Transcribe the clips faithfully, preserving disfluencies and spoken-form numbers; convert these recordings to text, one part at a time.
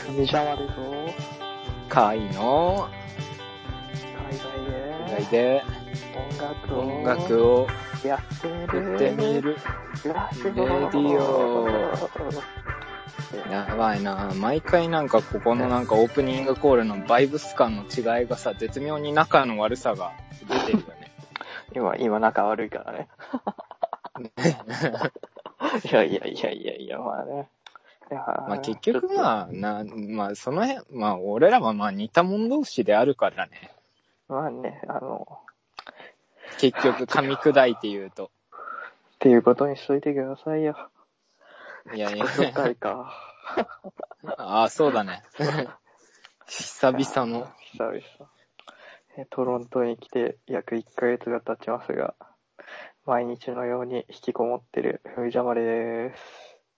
ミジャマでぞ。 会の海外でで音楽を音楽をやってみやるってみるラジオ。 レディオ。やばいな、毎回なんかここのなんかオープニングコールのバイブス感の違いがさ、絶妙に仲の悪さが出てるよね。 今、今仲悪いからね。いやいやいやいやいや、まあね。いやまあ結局まあ、な、まあその辺、まあ俺らはまあ似た者同士であるからね。 まあね、あの、 結局噛み砕いて言うと。 っていうことにしといてくださいよ。 いやいや。 自己紹介か。 ああ、そうだね。久々の。 久々。トロントに来て約いっかげつが経ちますが、毎日のように引きこもってるふみじゃまりです。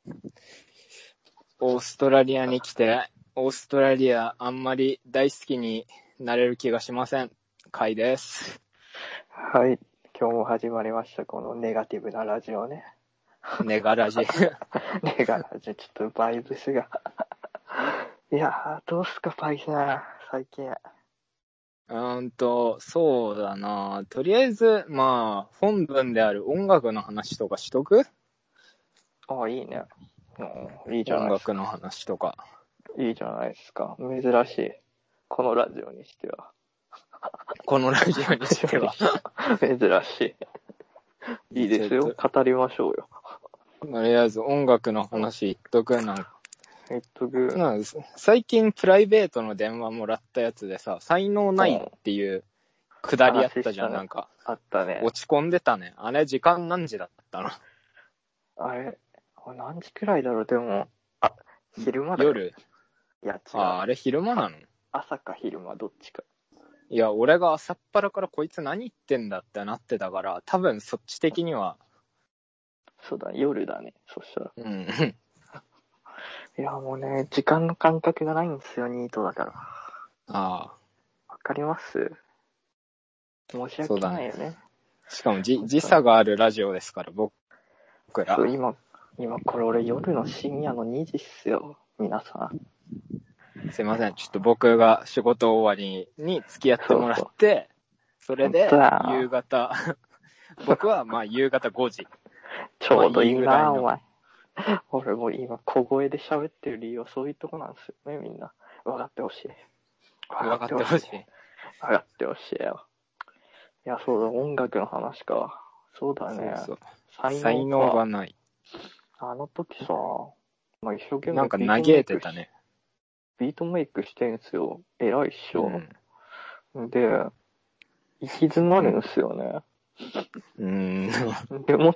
オーストラリアに来て、オーストラリアあんまり大好きになれる気がしません。カイです。 はい、今日も始まりました、このネガティブなラジオね。 ネガラジ。 ネガラジ、ちょっとバイブスが。いやー、どうすか、パイセン、最近。 うーんと、そうだな。とりあえず、まあ、本文である音楽の話とかしとく？ ああ、いいね。うん、いいじゃないですか。 音楽の話とか。 いいじゃないですか。珍しい。このラジオにしては。 このラジオにしては。 珍しい。いいですよ。語りましょうよ。 とりあえず音楽の話言っとくなんか。 言っとく。 なん最近プライベートの電話もらったやつでさ、才能ないっていうくだりあったじゃん、 ね、 なんか。 あったね。 落ち込んでたね。あれ時間何時だったの？ あれ何時くらいだろう。でも、あ、昼間だよ。 夜？ いや、違う。 あ、あれ昼間なの？ 朝か昼間、どっちか。 いや、俺が朝っぱらからこいつ何言ってんだってなってたから、多分そっち的には。 そうだ、夜だね。そしたら。 うん。 いや、もうね、時間の感覚がないんですよ、ニートだから。 ああ。 わかります？申し訳ないよね。ね、 しかもじ時差があるラジオですから、僕ら。 そう、今、今これ俺夜の深夜のにじっすよ、皆さん。 すいません、ちょっと僕が仕事終わりに付き合ってもらって、そうそうそれで夕方、僕はまあ夕方ごじ。 ちょうどいいな、お前。俺も今小声で喋ってる理由はそういうとこなんですよね、みんな。分かってほしい。 分かってほしい。 分かってほしいよ。いや、そうだ、音楽の話か。そうだね。 そうそう。 才能才能がない。 あの時さ、まあ、一生懸命なんか嘆いてたね。 ビートメイクしてんすよ。偉いっしょ。うん、で、行き詰まるんすよね。 うーん。でもって、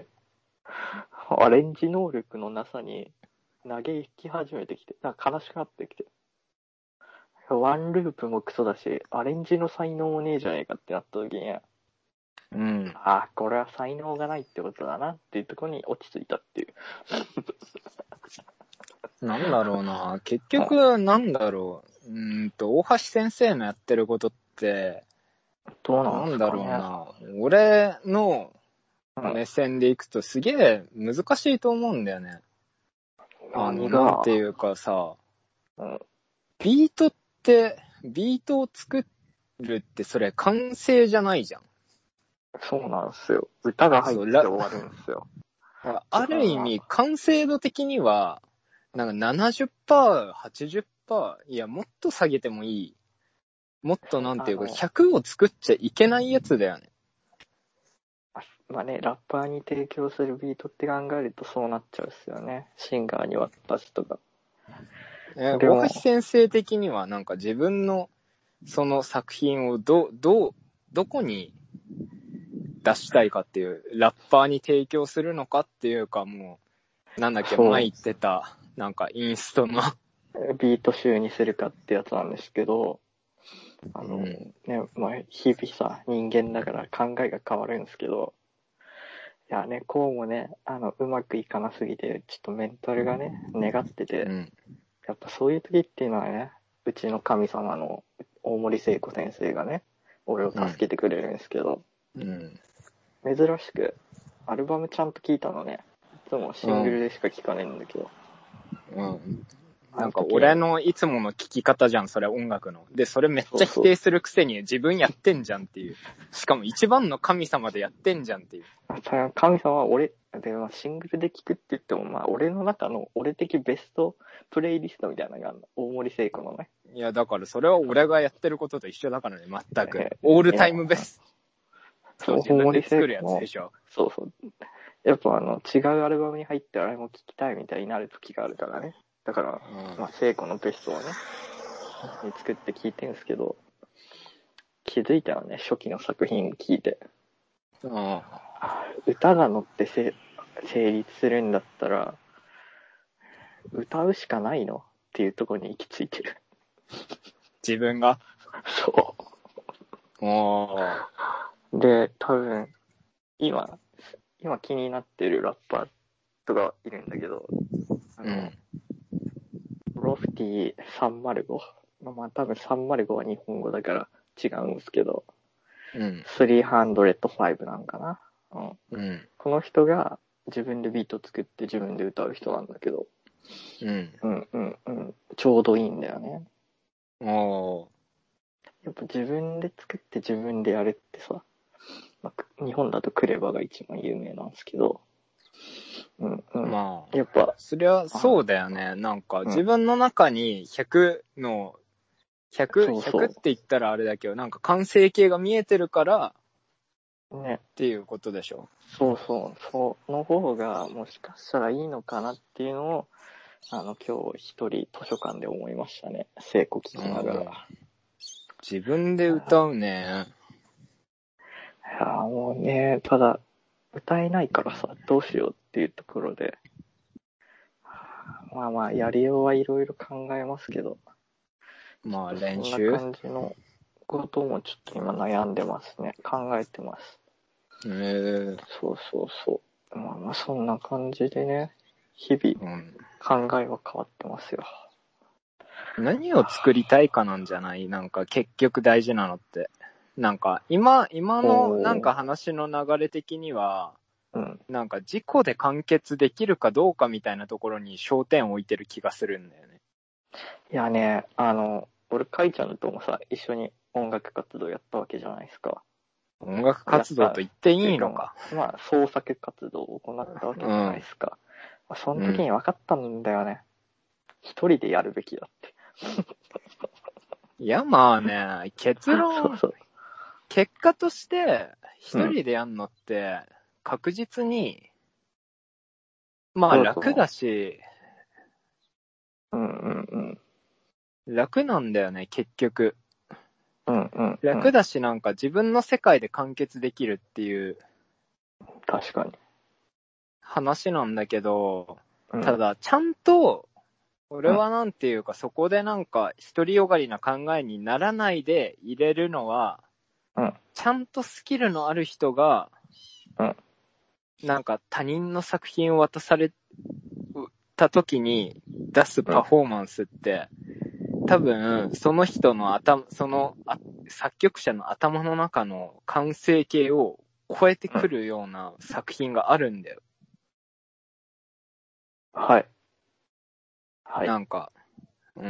アレンジ能力のなさに嘆き始めてきて、なんか悲しくなってきて。ワンループもクソだし、アレンジの才能もねえじゃねえかってなった時に、 うん。 ああ、これは才能がないってことだなっていうところに落ち着いたっていう。 なんだろうな。結局、なんだろう。うーんと、大橋先生のやってることって、 どうなんですかね。 なんだろうな。俺の目線でいくとすげえ難しいと思うんだよね。あの、なんていうかさ、うん、ビートって、ビートを作るってそれ完成じゃないじゃん。 そうなんですよ。歌が入って終わるんですよ。 ある意味、完成度的には、なんか ななじゅっパーセント、はちじゅっパーセント、いや、もっと下げてもいい。もっとなんていうか、ひゃくを作っちゃいけないやつだよね。 まあね、ラッパーに提供するビートって考えるとそうなっちゃうっすよね。シンガーに渡すとか。 え、大橋先生的にはなんか自分のその作品をど、どう、どこに出したいかっていう、ラッパーに提供するのかっていうかもう、なんだっけ、前言ってた、なんかインストの。 ビート集にするかってやつなんですけど、あの、うん、ね、まあ、日々さ、人間だから考えが変わるんですけど、いやね、こうもね、あの、うまくいかなすぎて、ちょっとメンタルがね、願ってて、うん、やっぱそういう時っていうのはね、うちの神様の大森聖子先生がね、俺を助けてくれるんですけど、うん、珍しく、アルバムちゃんと聴いたのね、いつもシングルでしか聴かないんだけど、 うん。 なんか俺のいつもの聴き方じゃん、それ音楽の。で、それめっちゃ否定するくせに自分やってんじゃんっていう。しかも一番の神様でやってんじゃんっていう。 神様は俺、でもシングルで聴くって言っても、まあ俺の中の俺的ベストプレイリストみたいなのがあるの。大森聖子のね。 いや、だからそれは俺がやってることと一緒だからね、全く。オールタイムベスト。そう、自分で作るやつでしょ。 そうそう。やっぱあの、違うアルバムに入ってあれも聴きたいみたいになる時があるからね。だから、うん、まあ聖子のベストをね、に作って聴いてるんですけど、気づいたらね、初期の作品聴いて。 うん、 歌が乗ってせ成立するんだったら、歌うしかないのっていうところに行き着いてる。 自分がそう。 おー。で、多分、今、今気になってるラッパーとかいるんだけど、あの、うん、ロフティさんまるご。まあ多分さんまるごは日本語だから違うんですけど、 うん、 さんまるごなんかな。 うん、 この人が自分でビート作って自分で歌う人なんだけど、 うん、 うんうんうん、ちょうどいいんだよね。 おー。 やっぱ自分で作って自分でやるってさ、まあ、日本だとクレバが一番有名なんですけど、うんうん、 まあ、 やっぱそりゃそうだよね。なんか自分の中にひゃくのひゃく、 そうそうひゃくって言ったらあれだけど、なんか完成形が見えてるから、 ね。 っていうことでしょ。 そうそう。その方がもしかしたらいいのかなっていうのを、あの、今日一人図書館で思いましたね。聖子聞きながら。 自分で歌うね。 いやもうね、ただ、歌えないからさ、どうしようっていうところで。まあまあ、やりようはいろいろ考えますけど。 まあ練習。 そんな感じのこともちょっと今悩んでますね。考えてます。 へえ。 そうそうそう。まあまあそんな感じでね、日々考えは変わってますよ。 うん、何を作りたいかなんじゃない？なんか結局大事なのって。なんか今、今のなんか話の流れ的には、 うん、 なんか自己で完結できるかどうかみたいなところに焦点を置いてる気がするんだよね。 いやね、あの、俺、かいちゃんともさ、一緒に音楽活動やったわけじゃないですか。 音楽活動と言っていいのか。 まあ、創作活動を行ったわけじゃないですか。うん、まあ、その時に分かったんだよね。一、うん、人でやるべきだって。 いや、まあね、結論、そうそう結果として、一人でやんのって、確実に、うん、まあ楽だし、 うんうんうん。 楽なんだよね、結局。 うんうん、うん。 楽だし、なんか自分の世界で完結できるっていう。 確かに。 話なんだけど、うん、ただ、ちゃんと、俺はなんていうか、うん、そこでなんか、独りよがりな考えにならないで入れるのは、うん、ちゃんとスキルのある人が、うん、なんか他人の作品を渡された時に出すパフォーマンスって、うん、多分、その人の頭、その作曲者の頭の中の完成形を超えてくるような作品があるんだよ。 はい。はい。 なんか、うん。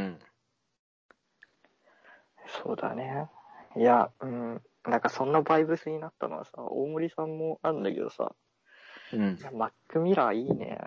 そうだね。いや、うん。なんかそんなバイブスになったのはさ、大森さんもあるんだけどさ、 うん。 いやマックミラーいいね。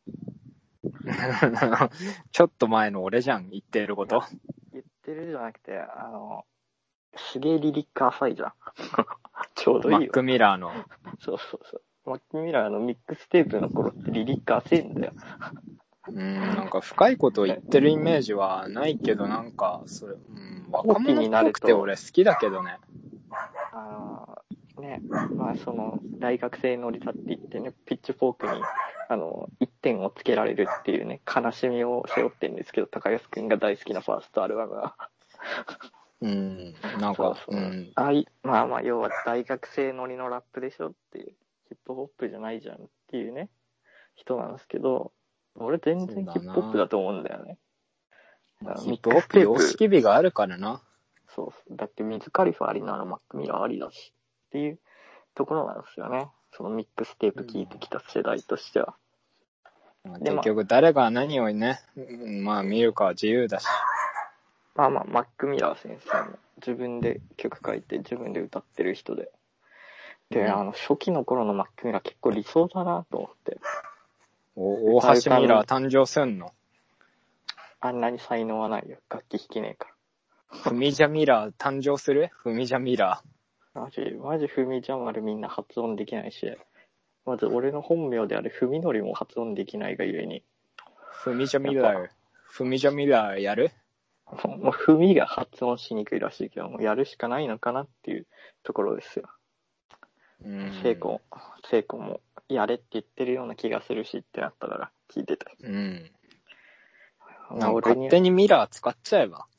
ちょっと前の俺じゃん、言ってること。 言ってるじゃなくて、あの、すげえリリック浅いじゃん。ちょうどいいよ。 マックミラーの。 そうそうそう。マックミラーのミックステープの頃ってリリック浅いんだよ。 うん、なんか深いことを言ってるイメージはないけど、なんか、それ、うん、若者っぽくて俺好きだけどね。 あの、ね、まあその、大学生乗りだって言ってね、ピッチフォークに、あの、いってんをつけられるっていうね、悲しみを背負ってるんですけど、高安くんが大好きなファーストアルバムは。 うん、なんか、そうそう、うん、 あい、まあまあ、要は大学生乗りのラップでしょっていう、ヒップホップじゃないじゃんっていうね、人なんですけど、俺全然ヒップホップだと思うんだよね。 ヒップホップ様式美があるからな。 そうそう。だってミズカリファありならマックミラーありだしっていうところなんですよね。そのミックステープ聞いてきた世代としては。 結局誰が何をね、まあ見るかは自由だし。 まあまあ、マック・ミラー先生も自分で曲書いて自分で歌ってる人で。で、うん、あの、初期の頃のマック・ミラー結構理想だなと思って。 お大橋ミラー誕生すんの？ あんなに才能はないよ。楽器弾けねえから。 フミジャミラー誕生する？フミジャミラー。マジ、マジフミジャマルみんな発音できないし。まず俺の本名であるフミノリも発音できないがゆえに。 フミジャミラー、フミジャミラーやる？ もうフミが発音しにくいらしいけど、もうやるしかないのかなっていうところですよ。うん。聖子、聖子もやれって言ってるような気がするしってなったから聞いてた。 うん。なんか勝手にミラー使っちゃえば。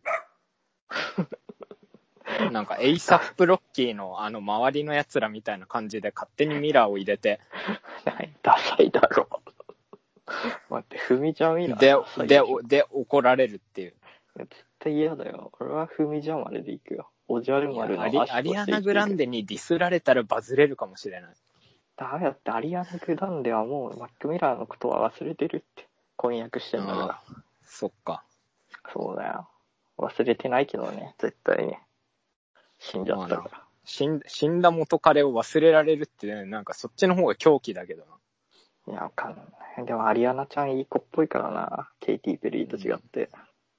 なんかエイサップロッキーのあの周りのやつらみたいな感じで勝手にミラーを入れて。 ダサいだろ。待って、ふみちゃんミラーで、で、で、怒られるっていう。 絶対嫌だよ。俺はふみちゃんまでで行くよ。おじゃる丸のアリ、アリアナグランデにディスられたらバズれるかもしれない。 ダメだって、アリアナグランデはもうマックミラーのことは忘れてるって。婚約してんだから。 そっか。 そうだよ。忘れてないけどね、絶対に。死んじゃったから。 死ん、死んだ元彼を忘れられるって、ね、なんかそっちの方が狂気だけどな。いや、わかんない。でもアリアナちゃんいい子っぽいからな。ケイティ・ペリーと違って。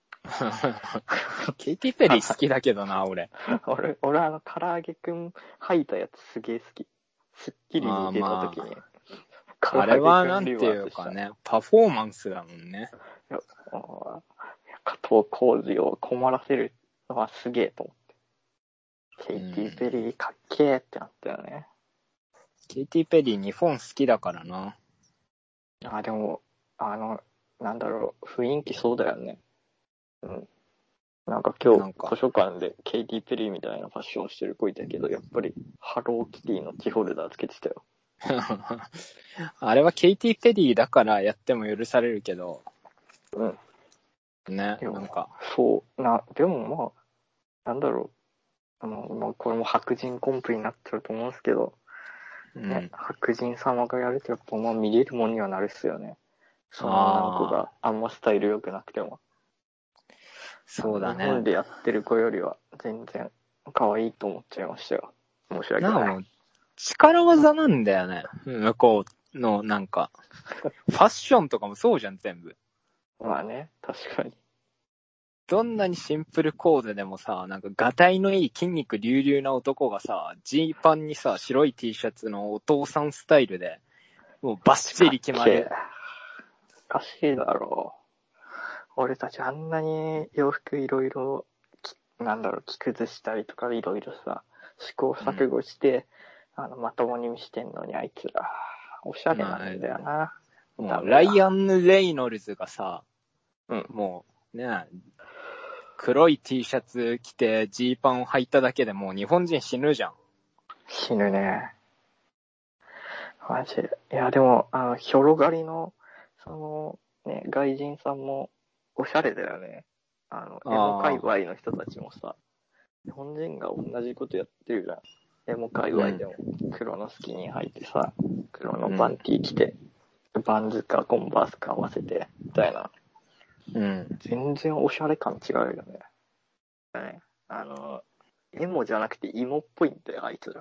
ケイティ・ペリー好きだけどな、俺。 俺、俺あの、唐揚げくん吐いたやつすげえ好き。スッキリに出た時に。 あれはなんていうかね、パフォーマンスだもんね。 いや、加藤浩次を困らせるのはすげえと思って。ケイティ・ペリーかっけーってなったよね。 ケイティ・ペリー日本好きだからな。 あ、でも、あの、なんだろう、雰囲気そうだよね。うん。なんか今日図書館でケイティ・ペリーみたいなファッションしてる子いたけど、やっぱりハローキティのキーホルダーつけてたよ。 あれはケイティ・ペリーだからやっても許されるけど。 うん。 ね、なんか。 そう。な、でもまあ、なんだろう。あの、まあ、これも白人コンプになってると思うんですけど、うん、ね、白人様がやるとやっぱまあ見れるもんにはなるっすよね。その女の子があんまスタイル良くなくても。 そうだね。 日本でやってる子よりは全然可愛いと思っちゃいましたよ。申し訳ない。 なんか力技なんだよね。向こうのなんか。ファッションとかもそうじゃん、全部。 まあね、確かに。 どんなにシンプルコーデでもさ、なんか、がたいのいい筋肉隆々な男がさ、ジーパンにさ、白い T シャツのお父さんスタイルで、もうバッチリ決まる。 おかしいだろう。俺たちあんなに洋服いろいろ、なんだろう、着崩したりとかいろいろさ、試行錯誤して、うん、あの、まともに見してんのにあいつら、おしゃれなんだよな。 もう、ライアン・レイノルズがさ、 うん、 もう、ね、黒い T シャツ着てジーパンを履いただけでもう日本人死ぬじゃん。 死ぬね。マジで。いや、でも、あの、広がりの、その、ね、外人さんも、おしゃれだよね。あの、エモ界隈の人たちもさ、日本人が同じことやってるじゃん。エモ界隈でも、黒のスキニー履いてさ、黒のバンティー着て、うん、バンズかコンバースか合わせて、みたいな。 うん。 全然おしゃれ感違うよね。ね、あの、エモじゃなくて芋っぽいんだよ、あいつら。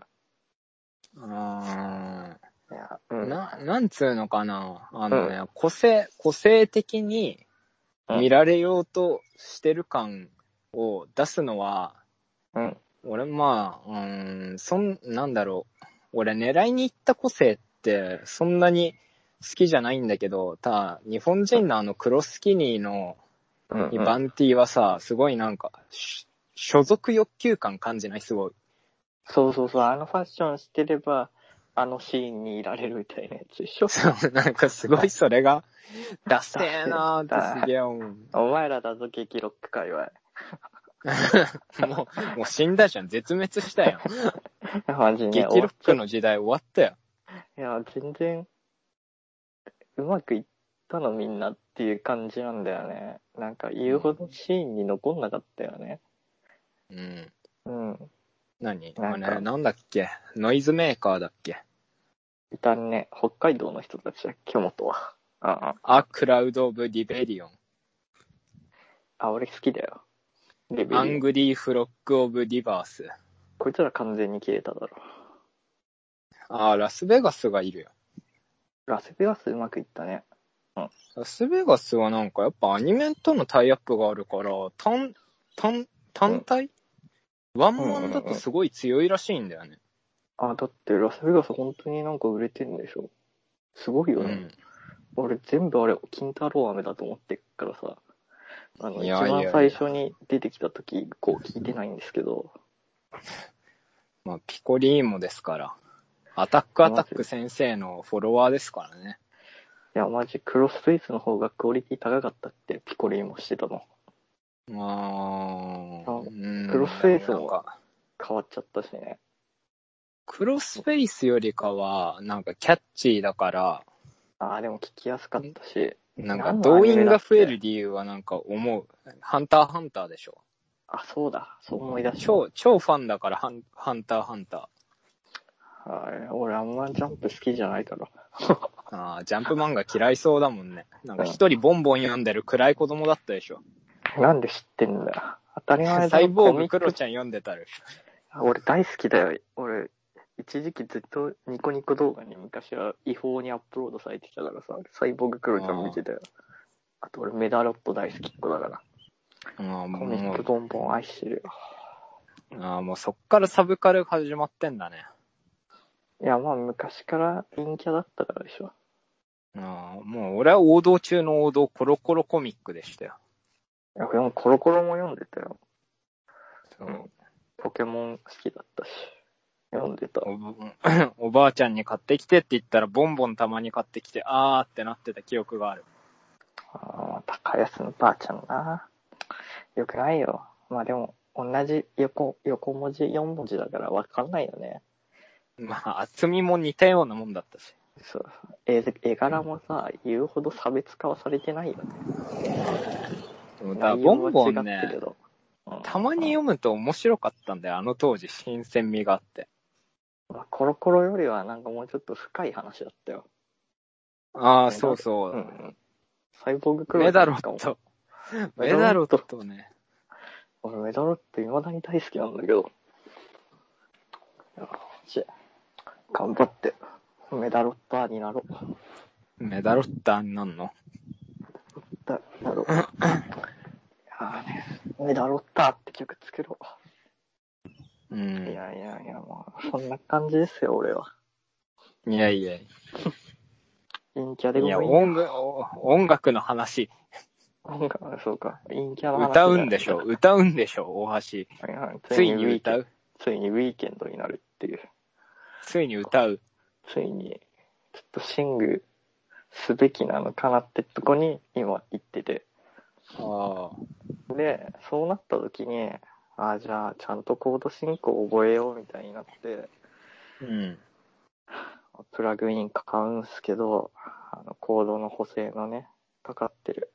あー。いや、うん。 な、なんつうのかな。あのね、うん、個性、個性的に見られようとしてる感を出すのは、 うん。 俺まあ、うーん、そん、なんだろう。俺狙いに行った個性ってそんなに好きじゃないんだけど、ただ、日本人のあの黒スキニーのバンティーはさ、すごいなんか、所属欲求感感じない？すごい。 そうそうそう、あのファッションしてれば、あのシーンにいられるみたいなやつでしょ。 そう、なんかすごいそれが、ダセーなーってすげえ思う。 お前らだぞ、激ロック界隈。 もう、もう死んだじゃん。絶滅したよ。 マジね。 激ロックの時代終わったよ。 いや、全然、うまくいったのみんなっていう感じなんだよね。なんか言うほどシーンに残んなかったよね。 うん。 うん。 何あれ、なんだっけノイズメーカーだっけいたね。北海道の人たちだっけ、元は。 ああ、A Cloud of Rebellion。 あ、俺好きだよ。レベリオン。 Angry Flock of Rivers。 こいつら完全に消えただろ。 あ、ラスベガスがいるよ。 ラスベガスうまくいったね。うん。 ラスベガスはなんかやっぱアニメとのタイアップがあるから、単、単、単体、うん、ワンマンだとすごい強いらしいんだよね。 あ、だってラスベガス本当になんか売れてんでしょ。すごいよね。うん、俺全部あれ、金太郎飴だと思ってっからさ。あの、一番最初に出てきた時以降聞いてないんですけど。 まあ、ピコリーモですから。アタックアタック先生のフォロワーですからね。 いや、マジ、クロスフェイスの方がクオリティ高かったって、ピコリーモしてたの。 あー、 クロスフェイスも変わっちゃったしね。 クロスフェイスよりかは、なんかキャッチーだから、 ああ、でも聞きやすかったし。 なんか動員が増える理由はなんか思う。ハンターハンターでしょ。 あ、そうだ。そう思い出した。 超、超ファンだからハン、ハンターハンター。はい。俺あんまジャンプ好きじゃないから。 ああ、ジャンプ漫画嫌いそうだもんね。なんか一人ボンボン読んでる暗い子供だったでしょ。 なんで知ってんだよ。当たり前だよ。 サイボーグクロちゃん読んでたる。 俺大好きだよ。俺、一時期ずっとニコニコ動画に昔は違法にアップロードされてきたからさ、サイボーグクロちゃん見てたよ。あ, あと俺メダロット大好きっ子だから。ああ、もう。コミックボンボン愛してるよ。 ああ、もうそっからサブカル始まってんだね。 いや、まあ昔から陰キャだったからでしょ。 ああ、もう俺は王道中の王道コロコロコミックでしたよ。 いや、でもコロコロも読んでたよ。うん。ポケモン好きだったし。読んでた。 お, おばあちゃんに買ってきてって言ったらボンボンたまに買ってきて、あーってなってた記憶がある。 ああ、高安のばあちゃんな。よくないよ。まあでも、同じ横、横文字よん文字だから分かんないよね。 まあ、厚みも似たようなもんだったし。 そう。絵、絵柄もさ、言うほど差別化はされてないよね。 でもだボンボンね、うん、たまに読むと面白かったんだよ、あの当時、新鮮味があって。 まあ、コロコロよりはなんかもうちょっと深い話だったよ。 ああ、そうそう。うん、 サイボーグクロメダロット。メダロットね。 俺メダロット未だに大好きなんだけど。よし。頑張って、メダロッターになろう。メダロッターになんの？ だ、なろう。いやね、メダロッターって曲作ろう。うん。いやいやいや、もう、そんな感じですよ、俺は。 いやいや。 陰キャでごめん。 いや、音楽、音楽の話。 音楽、そうか。陰キャの話。 歌うんでしょ、歌うんでしょ、大橋。 はいはい、 ついに歌う。 ついにウィーケンドになるっていう。 ついに歌う。 ついに、ちょっとシングすべきなのかなってとこに今行ってて。 ああ。で、そうなった時に、ああ、じゃあちゃんとコード進行を覚えようみたいになって、 うん。 プラグイン買うんすけど、あのコードの補正のね、かかってる。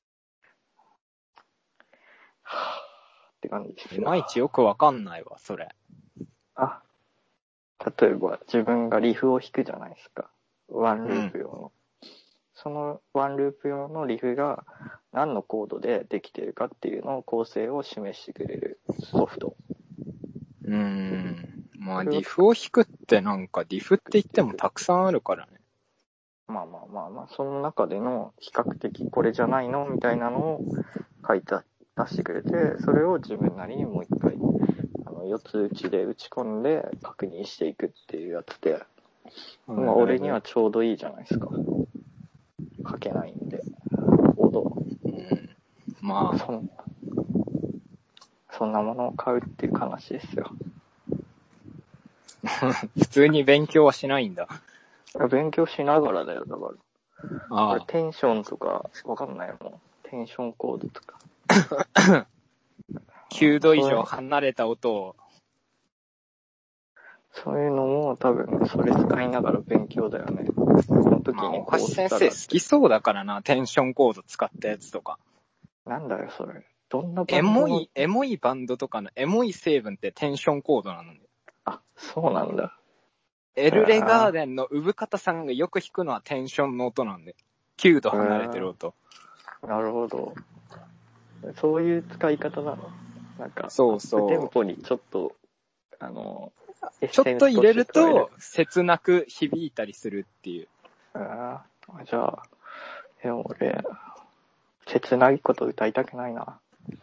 はぁって感じですよ。 いまいちよくわかんないわ、それ。 あ、例えば自分がリフを弾くじゃないですか。ワンループ用の。うん、そのワンループ用のリフが何のコードでできているかっていうのを構成を示してくれるソフト。 うーん。まあリフを弾くってなんかリフって言ってもたくさんあるからね。 まあまあまあまあ、その中での比較的これじゃないのみたいなのを書いて出してくれて、それを自分なりにもう一回あの四つ打ちで打ち込んで確認していくっていうやつで、まあ俺にはちょうどいいじゃないですか。書けないんで、コード。 うん。まあそんそんなものを買うっていう話ですよ。 普通に勉強はしないんだ。 勉強しながらだよ、だから。 ああ。 テンションとかわかんないもん。テンションコードとか。 きゅうど以上離れた音を。 そういうのも多分それ使いながら勉強だよね。その時にこうしたら。まあ、大橋先生好きそうだからな、テンションコード使ったやつとか。 なんだよ、それ。どんなバンド？ エモい、エモいバンドとかのエモい成分ってテンションコードなので。 あ、そうなんだ。 エルレガーデンの産方さんがよく弾くのはテンションの音なんで。 きゅうど離れてる音。 なるほど。そういう使い方なの？なんか、 そうそう。 アップテンポにちょっと、あの、 ちょっと入れると、切なく響いたりするっていう。 ああ、じゃあ、いや俺、切ないこと歌いたくないな。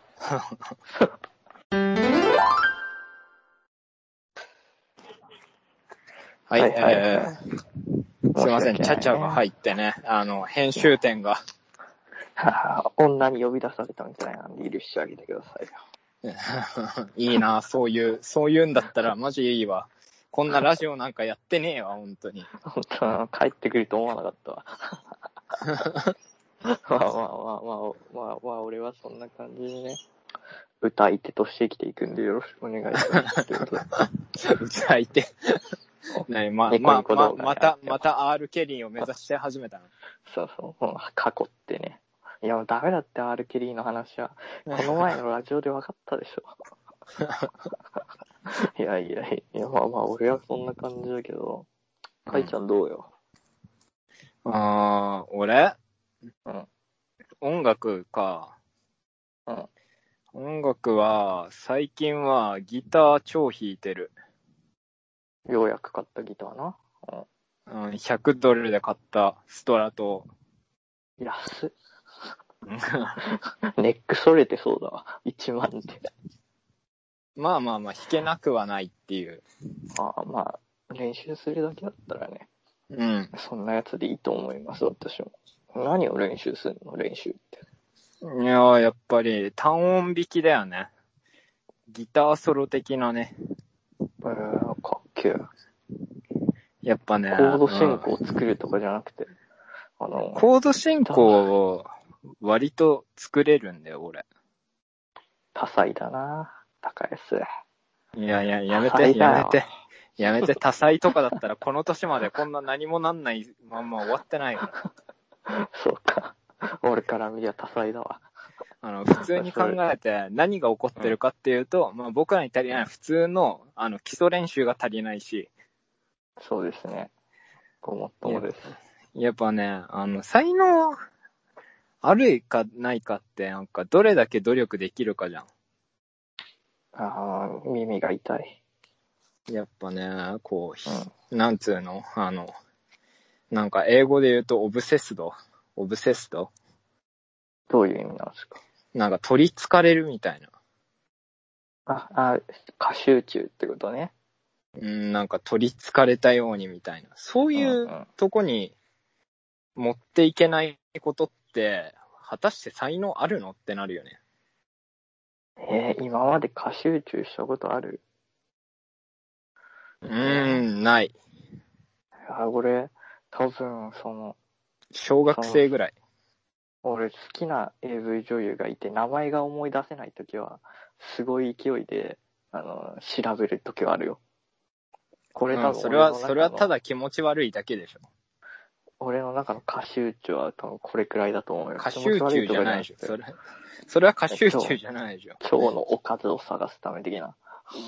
はい、はいはいはい、えー、すいません、チャチャが入ってね、あの、編集点が。 女に呼び出されたみたいなんで許してあげてくださいよ。いいな、そういう、そういうんだったらマジいいわ。こんなラジオなんかやってねえわ、本当に。 本当帰ってくると思わなかったわ。まあまあまあまあ、まあまあ、俺はそんな感じにね、歌い手として生きていくんでよろしくお願いします。 歌い手ね、まあ、まあ、まあ、また、また R ケリーを目指して始めたの。 そうそう、過去ってね。いや、ダメだって R ケリーの話は。この前のラジオで分かったでしょ。いやいやいや、まあまあ、俺はそんな感じだけど。かいちゃんどうよ。 うん、あー、俺うん。 音楽か。 うん。 音楽は、最近はギター超弾いてる。 ようやく買ったギターな。 うん。ひゃくドルで買ったストラト。 安っ。ネックそれてそうだわ。いちまんで。 まあまあまあ、弾けなくはないっていう。 ああ、まあ、練習するだけだったらね。 うん。 そんなやつでいいと思います、私も。何を練習するの？練習って。 いやー、やっぱり単音弾きだよね。ギターソロ的なね。 えー、かっけえ。 やっぱね。 コード進行を作るとかじゃなくて。 あの、コード進行を割と作れるんだよ、俺。 多彩だな、高安。 いやいや、やめて、やめて。やめて、多彩とかだったらこの年までこんな何もなんないまんま終わってないよ。 そうか。俺から見りゃ多彩だわ。 あの、普通に考えて何が起こってるかっていうと、まあ僕らに足りない普通の、あの、基礎練習が足りないし。 そうですね。ごもっともです。 やっぱね、あの、才能あるかないかって、なんかどれだけ努力できるかじゃん。 ああ、耳が痛い。 やっぱね、こう、うん、なんつうのあの、なんか英語で言うとオブセスドオブセスドどういう意味なんですか？ なんか取り憑かれるみたいな。 あ、あ、過集中ってことね。 うん、なんか取り憑かれたようにみたいな。そういうとこに持っていけないことって、果たして才能あるのってなるよね。 えー、今まで過集中したことある？ うーん、ない。 あ、俺、多分、その、 小学生ぐらい。 俺好きな エーブイ 女優がいて、名前が思い出せないときは、すごい勢いで、あの、調べるときはあるよ。 これ多分、うん、それは、それはただ気持ち悪いだけでしょ。 俺の中の過集中は多分これくらいだと思うよ。 過集中じゃないでしょ。それ、それは過集中じゃないでしょ。 今日のおかずを探すため的な。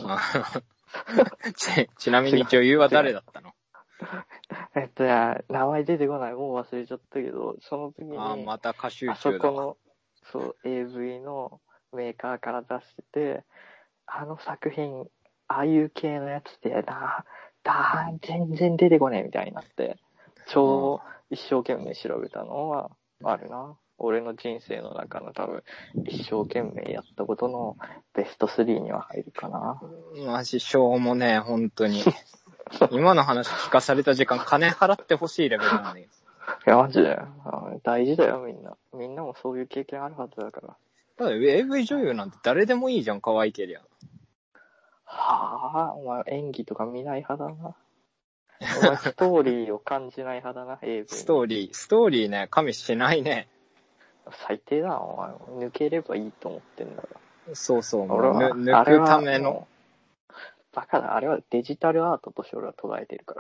ち、ちなみに女優は誰だったの？ えっとや、名前出てこない。もう忘れちゃったけど、その時に、 あ、また過集中だ。 あそこの、そう、エーブイ のメーカーから出してて、あの作品、ああいう系のやつで、な、だ、全然出てこねえみたいになって、超一生懸命調べたのはあるな。俺の人生の中の多分、一生懸命やったことのベストスリーには入るかな。 マジしょうもねえ、本当に。今の話聞かされた時間、金払ってほしいレベルなんだよ。 いや、マジで。大事だよ、みんな。みんなもそういう経験あるはずだから。 ただ、エーブイ 女優なんて誰でもいいじゃん、可愛けりゃ。 はぁ、お前演技とか見ない派だな。お前ストーリーを感じない派だな、エーブイ。 ストーリー、ストーリーね、加味しないね。 最低だな、お前。抜ければいいと思ってんだから。 そうそう、 俺は抜くための。 バカだ、あれはデジタルアートとして俺は捉えてるから。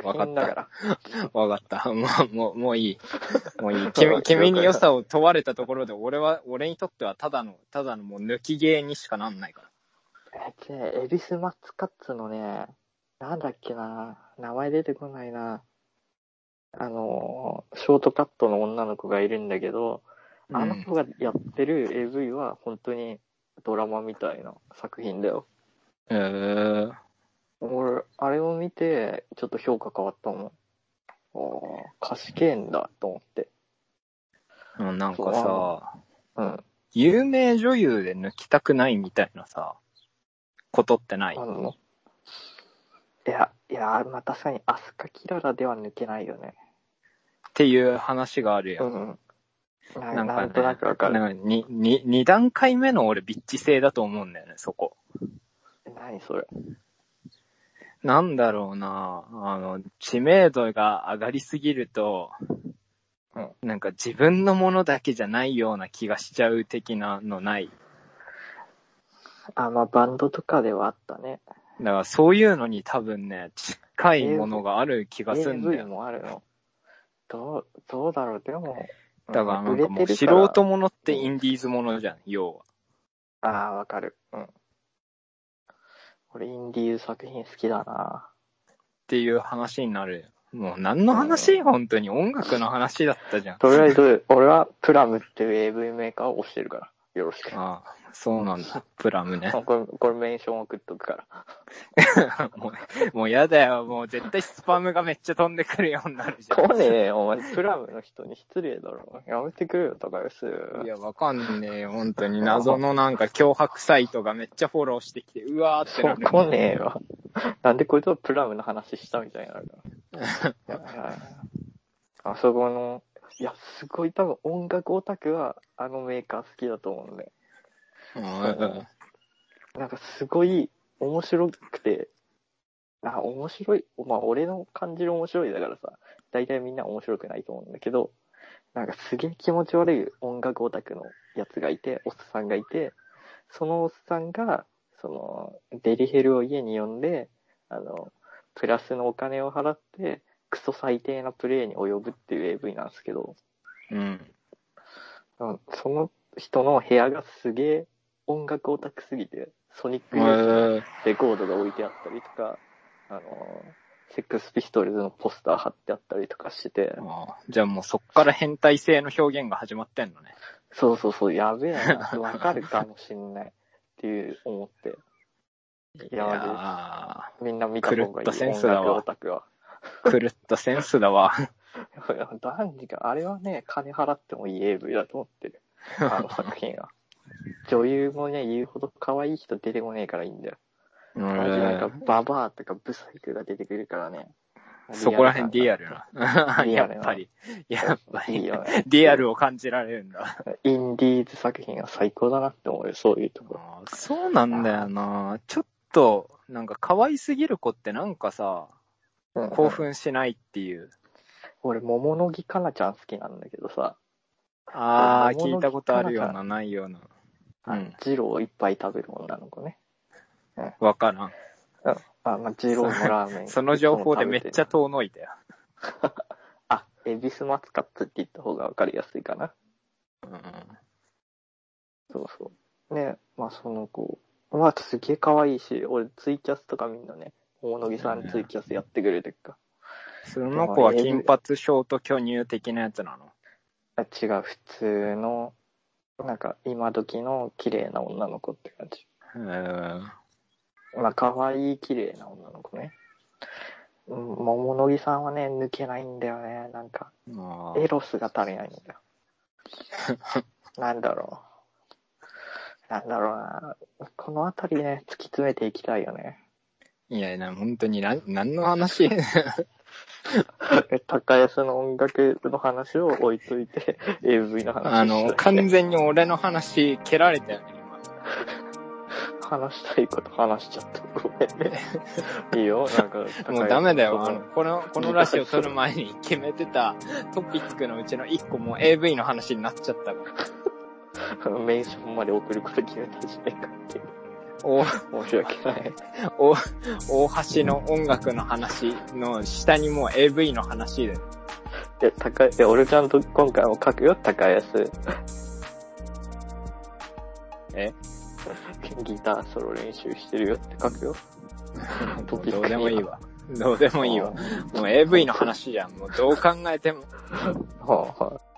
わかった。 からわかった。もう、もう、もういい。もういい。君、君に良さを問われたところで、俺は、俺にとってはただの、ただのもう抜き芸にしかなんないから。 えっとね、エビスマスカッツのね、なんだっけな、名前出てこないな。 あのー、ショートカットの女の子がいるんだけど、 うん、 あの子がやってる エーブイ は本当にドラマみたいな作品だよ。 えー、 俺、あれを見て、ちょっと評価変わったもん。ああ、貸し系んだと思って。 うん、なんかさ、 うん。 有名女優で抜きたくないみたいなさ、ことってない？ あの、いや、いや、まあ確かにアスカキララでは抜けないよね。 っていう話があるやん。 うん。な, なんかね、 なんとなくわかる。 なんかに、に、二段階目の俺ビッチ性だと思うんだよね、そこ。 何それ。 なんだろうな、あの、知名度が上がりすぎると、 うん。 なんか自分のものだけじゃないような気がしちゃう的なのない？ あ、まあバンドとかではあったね。 だからそういうのに多分ね、近いものがある気がするんだよ。 エーブイ もあるの。どう、どうだろう。でも、 だからなんかもう素売れてるから人ものってインディーズものじゃん、要は。 ああ、わかる。うん。俺、インディーズ作品好きだな。 っていう話になる。もう何の話、うん、本当に音楽の話だったじゃん。 とりあえず、俺はプラムっていう エーブイ メーカーを推してるから。よろしく。 ああ、そうなんだ。プラムね。 これ、これメンション送っとくから。 もう、もうやだよ。もう絶対スパムがめっちゃ飛んでくるようになるじゃん。 来ねえよ、お前。プラムの人に失礼だろ。やめてくれよ、高安。 いや、わかんねえよ。本当に謎のなんか脅迫サイトがめっちゃフォローしてきて、うわーってなる。 来ねえよ。なんでこいつはプラムの話したみたいになるから。あそこの、いや、すごい多分音楽オタクはあのメーカー好きだと思うんで。 うん、 なんかすごい面白くて、あ、面白い。まあ俺の感じる面白いだからさ、大体みんな面白くないと思うんだけど、なんかすげえ気持ち悪い音楽オタクのやつがいて、おっさんがいて、そのおっさんが、その、デリヘルを家に呼んで、あの、プラスのお金を払って、クソ最低なプレイに及ぶっていう エーブイ なんですけど、 うん。 その人の部屋がすげえ音楽オタクすぎて、ソニックユースのレコードが置いてあったりとか、あの、セックスピストルズのポスター貼ってあったりとかしてて。 ああ、じゃあもうそっから変態性の表現が始まってんのね。 そうそうそう、やべえな、わかるかもしんないっていう思って。いや、いやみんな見た方がいい。 狂ったセンスだわ。 音楽オタクは。 狂ったセンスだわ。 男児が、あれはね、金払ってもいい エーブイ だと思ってる。あの作品は。女優もね、言うほど可愛い人出てこねえからいいんだよ。なんか、ババアとかブサイクが出てくるからね。 そこら辺リアルな。やっぱり。やっぱり。リアルを感じられるんだ。 インディーズ作品は最高だなって思うよ、そういうところ。 そうなんだよな。ちょっと、なんか可愛すぎる子ってなんかさ、うんうん、興奮しないっていう。 俺、桃の木かなちゃん好きなんだけどさ。 あー、聞いたことあるような、ないような。 うん。ジローをいっぱい食べる女の子ね。 わ、うん、からん。 うん。あ、まあ、ジローのラーメン。 その情報でめっちゃ遠のいたよ。 あ、エビスマスカッツって言った方がわかりやすいかな。 うん。 そうそう。ね、まあその子、まあすげえ可愛いし、俺ツイキャスとかみんなね、大野木さんツイキャスやってくれてるか。 その子は金髪ショート巨乳的なやつなの？ あ、違う、普通の、なんか今時の綺麗な女の子って感じ。 へー。 まあ可愛い綺麗な女の子ね。うん、桃の木さんはね、抜けないんだよね、なんか。エロスが足りないんだよ。なんだろう。なんだろうな。このあたりね、突き詰めていきたいよね。 いやいや、本当にな、何の話高安の音楽の話を置いといて、エーブイ の話をあの、完全に俺の話、蹴られたよね、今。 話したいこと話しちゃった。ごめんね。いいよ、なんか。 もうダメだよ。あの、この、このラジオ撮る前に決めてたトピックのうちのいっこも エーブイ の話になっちゃったから。 メンションまで送ること決めてしないかっていう。 お、 申し訳ない。 お、大橋の音楽の話の下にもう エーブイ の話で。 え、高い、え、俺ちゃんと今回も書くよ、高安。 えギターソロ練習してるよって書くよ。 どうでもいいわ。 どうでもいいわ。もう エーブイ の話じゃん。もうどう考えても。 はあはあ